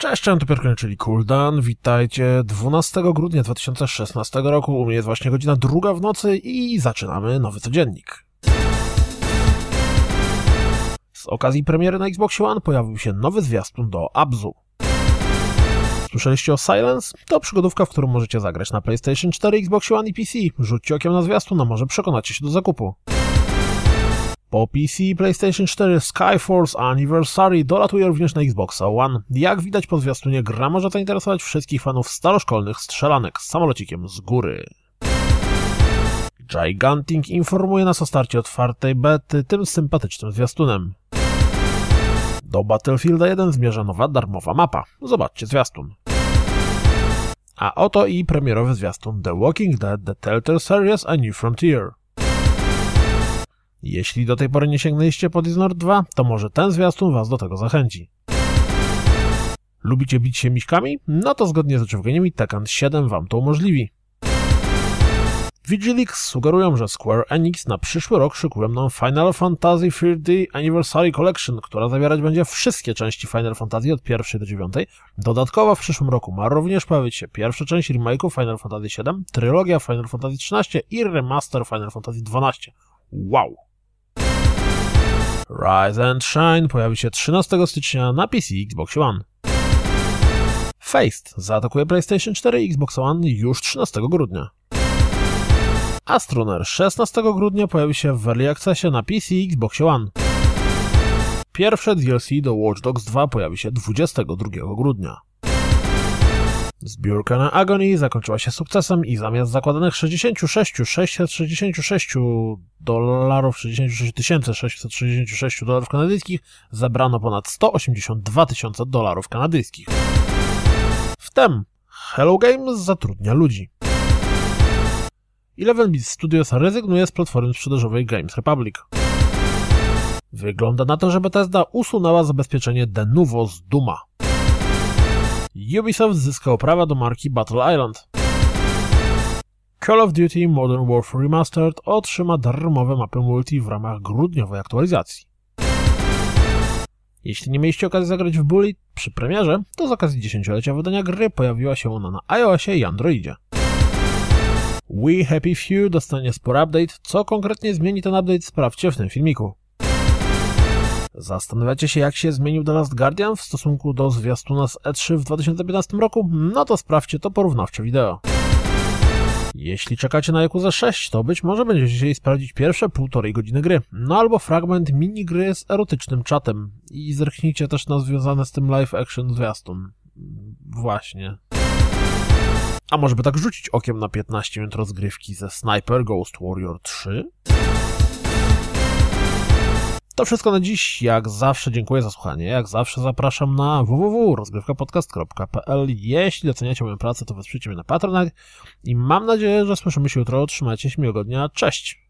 Cześć, tu Pierkoń, czyli Kuldan. Witajcie 12 grudnia 2016 roku. U mnie jest właśnie godzina 2 w nocy i zaczynamy nowy codziennik. Z okazji premiery na Xbox One pojawił się nowy zwiastun do Abzu. Słyszeliście o Silence? To przygodówka, w którą możecie zagrać na PlayStation 4, Xbox One i PC. Rzućcie okiem na zwiastun, a może przekonacie się do zakupu. Po PC i PlayStation 4 Skyforce Anniversary dolatuje również na Xboxa One. Jak widać po zwiastunie, gra może zainteresować wszystkich fanów staroszkolnych strzelanek z samolocikiem z góry. Gigantic informuje nas o starcie otwartej bety tym sympatycznym zwiastunem. Do Battlefielda 1 zmierza nowa darmowa mapa. Zobaczcie zwiastun. A oto i premierowy zwiastun The Walking Dead The Telltale Series A New Frontier. Jeśli do tej pory nie sięgnęliście po Dishonored 2, to może ten zwiastun was do tego zachęci. Lubicie bić się miśkami? No to zgodnie z oczekiwaniami Tekken 7 wam to umożliwi. VGLeaks sugerują, że Square Enix na przyszły rok szykują nam Final Fantasy XXX Anniversary Collection, która zawierać będzie wszystkie części Final Fantasy od 1 do 9. Dodatkowo w przyszłym roku ma również pojawić się pierwsza część remake'u Final Fantasy VII, trylogia Final Fantasy XIII i remaster Final Fantasy XII. Wow! Rise and Shine pojawi się 13 stycznia na PC i Xbox One. Faced zaatakuje PlayStation 4 i Xbox One już 13 grudnia. Astroneer 16 grudnia pojawi się w Early Accessie na PC i Xbox One. Pierwsze DLC do Watch Dogs 2 pojawi się 22 grudnia. Zbiórka na Agony zakończyła się sukcesem i zamiast zakładanych $66,666 kanadyjskich zebrano ponad $182,000 kanadyjskich. Wtem Hello Games zatrudnia ludzi. 11-bit Studios rezygnuje z platformy sprzedażowej Games Republic. Wygląda na to, że Bethesda usunęła zabezpieczenie Denuvo z Duma. Ubisoft zyskał prawa do marki Battle Island. Call of Duty Modern Warfare Remastered otrzyma darmowe mapy multi w ramach grudniowej aktualizacji. Jeśli nie mieliście okazji zagrać w Bully przy premierze, to z okazji 10-lecia wydania gry pojawiła się ona na iOSie i Androidzie. We Happy Few dostanie spory update. Co konkretnie zmieni ten update, sprawdźcie w tym filmiku. Zastanawiacie się, jak się zmienił The Last Guardian w stosunku do zwiastuna z E3 w 2015 roku? No to sprawdźcie to porównawcze wideo. Jeśli czekacie na Yakuza 6, to być może będziecie chcieli sprawdzić pierwsze 1,5 godziny gry. No albo fragment minigry z erotycznym czatem. I zerknijcie też na związane z tym live action zwiastun. Właśnie. A może by tak rzucić okiem na 15 minut rozgrywki ze Sniper Ghost Warrior 3? To wszystko na dziś. Jak zawsze dziękuję za słuchanie. Jak zawsze zapraszam na www.rozgrywkapodcast.pl. Jeśli doceniacie moją pracę, to wesprzyjcie mnie na Patronite. I mam nadzieję, że słyszymy się jutro. Trzymajcie się, miłego dnia. Cześć!